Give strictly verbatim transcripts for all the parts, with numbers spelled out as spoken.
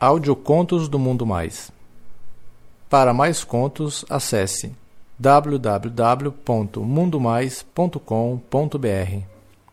Audiocontos do Mundo Mais. Para mais contos, acesse w w w ponto mundo mais ponto com ponto b r.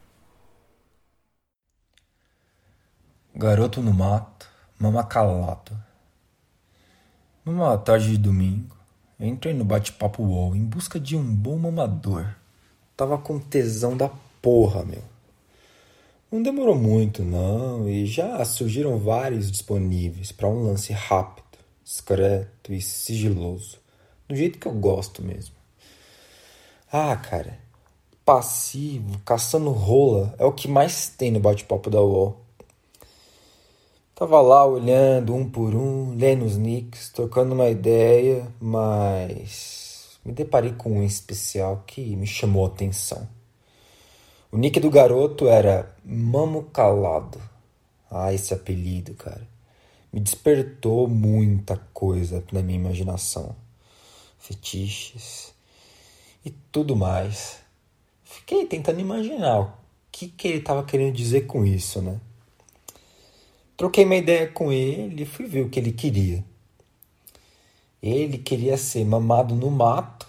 Garoto no mato, mama calado. Numa tarde de domingo, eu entrei no bate-papo U O L em busca de um bom mamador. Tava com tesão da porra, meu. Não demorou muito, não, e já surgiram vários disponíveis para um lance rápido, discreto e sigiloso, do jeito que eu gosto mesmo. Ah, cara, passivo, caçando rola, é o que mais tem no bate-papo da U O L. Tava lá olhando um por um, lendo os nicks, trocando uma ideia, mas me deparei com um especial que me chamou a atenção. O nick do garoto era Mamo Calado. Ah, esse apelido, cara, me despertou muita coisa na minha imaginação. Fetiches e tudo mais. Fiquei tentando imaginar o que, que ele estava querendo dizer com isso, né? Troquei uma ideia com ele e fui ver o que ele queria. Ele queria ser mamado no mato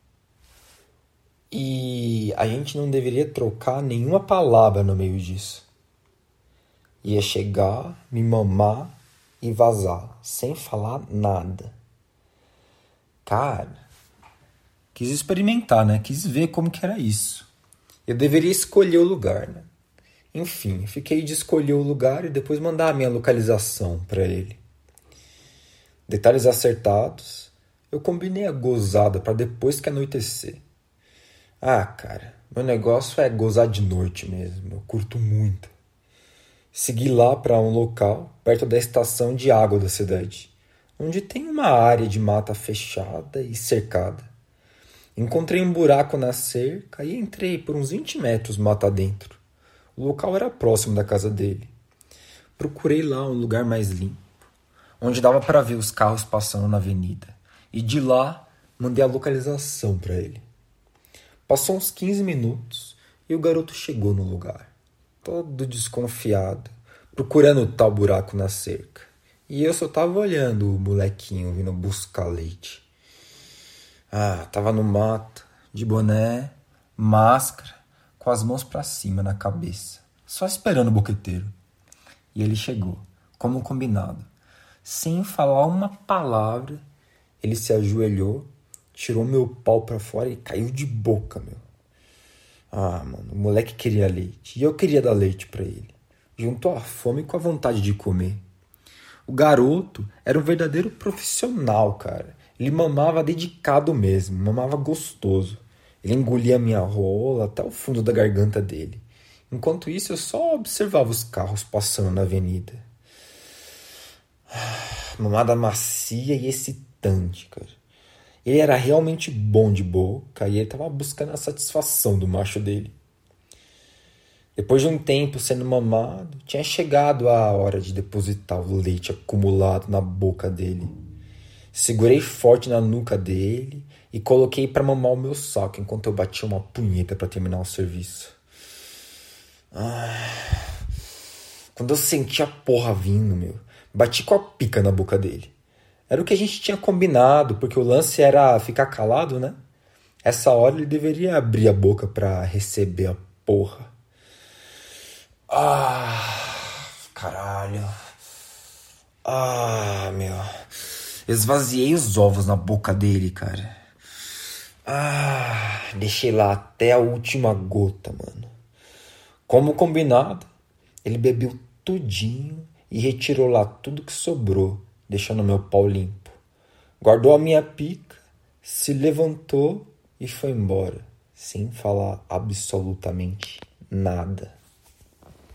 e a gente não deveria trocar nenhuma palavra no meio disso. Ia chegar, me mamar e vazar, sem falar nada. Cara, quis experimentar, né? Quis ver como que era isso. Eu deveria escolher o lugar, né? Enfim, fiquei de escolher o lugar e depois mandar a minha localização para ele. Detalhes acertados, eu combinei a gozada para depois que anoitecer. Ah, cara, meu negócio é gozar de noite mesmo, eu curto muito. Segui lá para um local perto da estação de água da cidade, onde tem uma área de mata fechada e cercada. Encontrei um buraco na cerca e entrei por uns vinte metros mata dentro. O local era próximo da casa dele. Procurei lá um lugar mais limpo, onde dava para ver os carros passando na avenida. E de lá, mandei a localização para ele. Passou uns quinze minutos e o garoto chegou no lugar, todo desconfiado, procurando o tal buraco na cerca. E eu só tava olhando o molequinho vindo buscar leite. Ah, tava no mato, de boné, máscara, com as mãos pra cima na cabeça, só esperando o boqueteiro. E ele chegou, como combinado. Sem falar uma palavra, ele se ajoelhou, tirou meu pau pra fora e caiu de boca, meu. Ah, mano, o moleque queria leite, e eu queria dar leite pra ele. Juntou a fome com a vontade de comer. O garoto era um verdadeiro profissional, cara. Ele mamava dedicado mesmo, mamava gostoso. Ele engolia minha rola até o fundo da garganta dele. Enquanto isso, eu só observava os carros passando na avenida. Mamada macia e excitante, cara. Ele era realmente bom de boca e ele estava buscando a satisfação do macho dele. Depois de um tempo sendo mamado, tinha chegado a hora de depositar o leite acumulado na boca dele. Segurei forte na nuca dele e coloquei para mamar o meu saco enquanto eu batia uma punheta para terminar o serviço. Ah, quando eu senti a porra vindo, meu, bati com a pica na boca dele. Era o que a gente tinha combinado, porque o lance era ficar calado, né? Essa hora ele deveria abrir a boca para receber a porra. Ah, caralho. Ah, meu. Esvaziei os ovos na boca dele, cara. Ah, deixei lá até a última gota, mano. Como combinado, ele bebeu tudinho e retirou lá tudo que sobrou, deixando meu pau limpo. Guardou a minha pica, se levantou e foi embora, sem falar absolutamente nada.